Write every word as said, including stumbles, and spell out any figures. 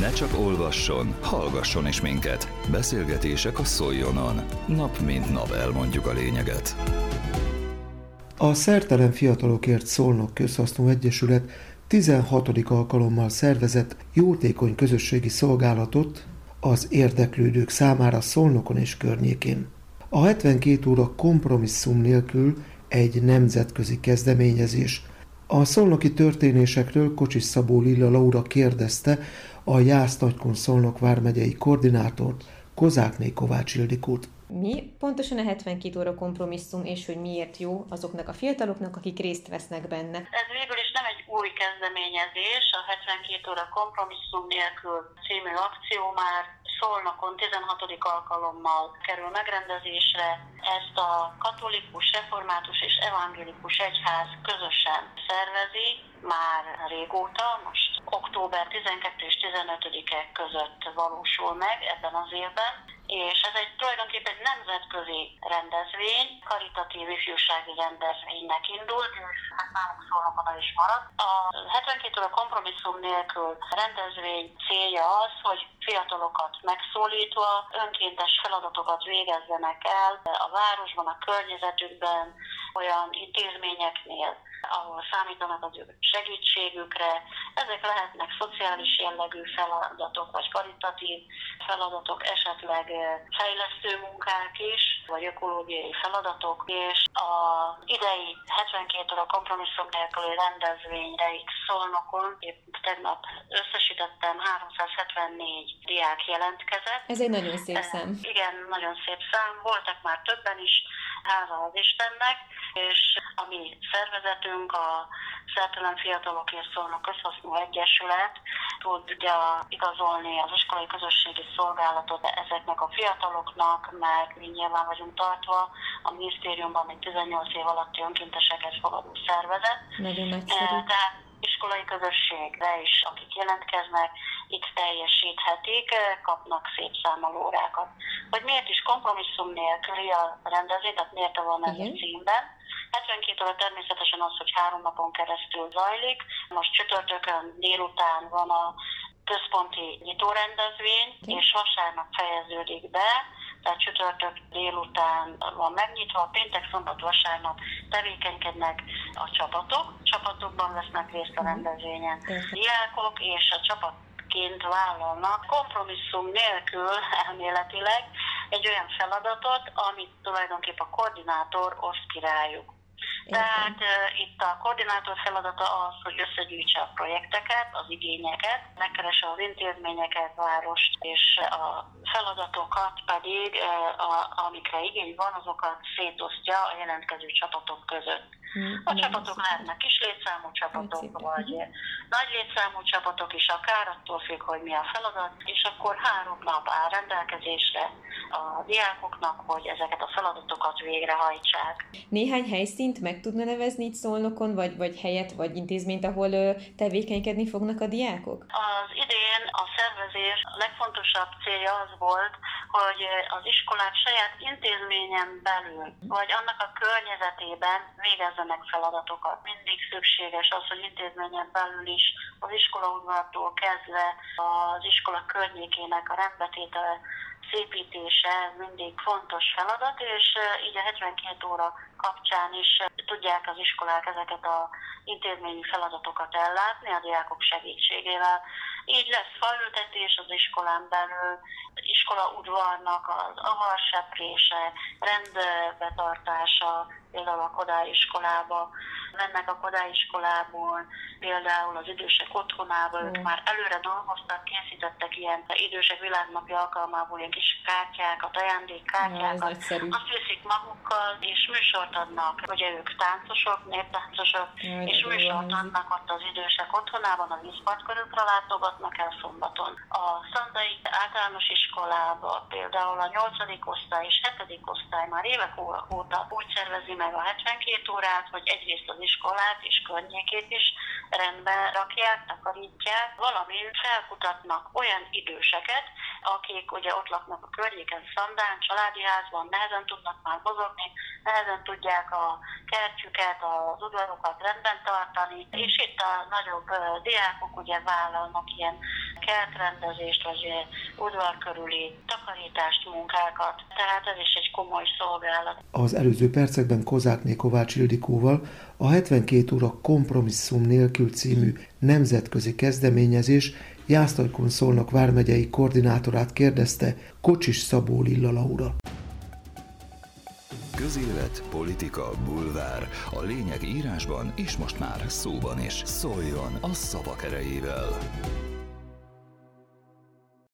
Ne csak olvasson, hallgasson is minket. Beszélgetések a Szoljonon. Nap mint nap elmondjuk a lényeget. A Szertelen Fiatalokért Szolnok Közhasznú Egyesület tizenhatodik alkalommal szervezett jótékony közösségi szolgálatot az érdeklődők számára Szolnokon és környékén. A hetvenkét óra kompromisszum nélkül egy nemzetközi kezdeményezés. A szolnoki történésekről Kocsis Szabó Lilla Laura kérdezte a Jász Nagykun Szolnok vármegyei koordinátort, Kozákné Kovács Ildikót. Mi pontosan a hetvenkét óra kompromisszum, és hogy miért jó azoknak a fiataloknak, akik részt vesznek benne? Ez végül is nem egy új kezdeményezés, a hetvenkét óra kompromisszum nélkül című akció már Szolnokon tizenhatodik alkalommal kerül megrendezésre. Ezt a katolikus, református és evangélikus egyház közösen szervezi már régóta, most október tizenkettő és tizenötödike között valósul meg ebben az évben, és ez egy tulajdonképpen egy nemzetközi rendezvény, karitatív ifjúsági rendezvénynek indult, és hát nálunk Szolnokon is maradt. A hetvenkét óra kompromisszum nélkül rendezvény célja az, hogy fiatalokat megszólítva önkéntes feladatokat végezzenek el a városban, a környezetükben, olyan intézményeknél, ahol számítanak az ő segítségükre. Ezek lehetnek szociális jellegű feladatok, vagy karitatív feladatok, esetleg fejlesztő munkák is, vagy ökológiai feladatok, és az idei hetvenkét óra kompromisszum nélküli rendezvényre itt Szolnokon, épp tegnap összesítettem, háromszázhetvennégy diák jelentkezett. Ez egy nagyon szép szám. Igen, nagyon szép szám. Voltak már többen is, hála az Istennek, és a mi szervezetünk, a Szertelen Fiatalokért Szolnok Közhasznú Egyesület tudja igazolni az iskolai közösségi szolgálatot ezeknek a fiataloknak, mert mi nyilván vagyunk tartva a minisztériumban még tizennyolc év alatti önkénteseket fogadó szervezet. Nagyon nagyszerű. Tehát iskolai közösségre is, akik jelentkeznek, itt teljesíthetik, kapnak szép számolórákat. Hogy miért is kompromisszum nélküli a rendezvény, tehát miért van ez a címben. hetvenkét óra természetesen az, hogy három napon keresztül zajlik. Most csütörtökön délután van a központi nyitórendezvény, és vasárnap fejeződik be, tehát csütörtök délután van megnyitva, péntek, szombat, vasárnap tevékenykednek a csapatok. Csapatokban vesznek részt a rendezvényen diákok, és a csapatként vállalnak kompromisszum nélkül elméletileg egy olyan feladatot, amit tulajdonképpen a koordinátor oszt ki rájuk. Tehát uh, itt a koordinátor feladata az, hogy összegyűjtse a projekteket, az igényeket, megkeresse az intézményeket, várost, és a feladatokat pedig, uh, a, amikre igény van, azokat szétosztja a jelentkező csapatok között. Hmm, a csapatok lehetnek kis létszámú csapatok, vagy nagy létszámú csapatok is, akár attól függ, hogy mi a feladat, és akkor három nap áll rendelkezésre a diákoknak, hogy ezeket a feladatokat végrehajtsák. Néhány helyszínt meg tudna nevezni itt Szolnokon, vagy, vagy helyet, vagy intézményt, ahol ö, tevékenykedni fognak a diákok? Az idén a szervezés a legfontosabb célja az volt, hogy az iskolák saját intézményen belül, vagy annak a környezetében végezzenek feladatokat. Mindig szükséges az, hogy intézményen belül is az iskolaudvartól kezdve az iskola környékének a rendbetétele, szépítése mindig fontos feladat, és így a hetvenkét óra kapcsán is tudják az iskolák ezeket az intézményi feladatokat ellátni a diákok segítségével. Így lesz faültetés az iskolán belül, iskolaudvarnak az avarseprése, rendbetartása, például a Kodály iskolába, mennek a Kodály iskolából, például az idősek otthonába, mm. ők már előre dolgoztak, készítettek ilyen idősek világnapja alkalmából ilyen kis kártyákat, ajándékkártyákat, ja, azt viszik magukkal, és műsort adnak, ugye ők táncosok, néptáncosok, ja, és műsort adnak ott az idősek otthonában, a vízpart körükre látogatnak el szombaton. A Szandai általános iskolába például a nyolcadik osztály és hetedik osztály már évek óta úgy szervezi meg a hetvenkét órát, hogy egyrészt az iskolát és környékét is rendben rakják, takarítják, valamint felkutatnak olyan időseket, akik ugye ott laknak a környéken, Szandán, családi házban, nehezen tudnak már mozogni, nehezen tudják a kertjüket, az udvarokat rendben tartani, és itt a nagyobb diákok ugye vállalnak ilyen kertrendezést, vagy udvar körüli takarítást, munkákat. Tehát ez is egy komoly szolgálat. Az előző percekben Kozákné Kovács Ildikóval a hetvenkét óra kompromisszum nélkül című nemzetközi kezdeményezés Jásztolykon Szolnok vármegyei koordinátorát kérdezte, Kocsis Szabó Lilla Laura. Közélet, politika, bulvár. A lényeg írásban és most már szóban is. Szóljon a szavak erejével!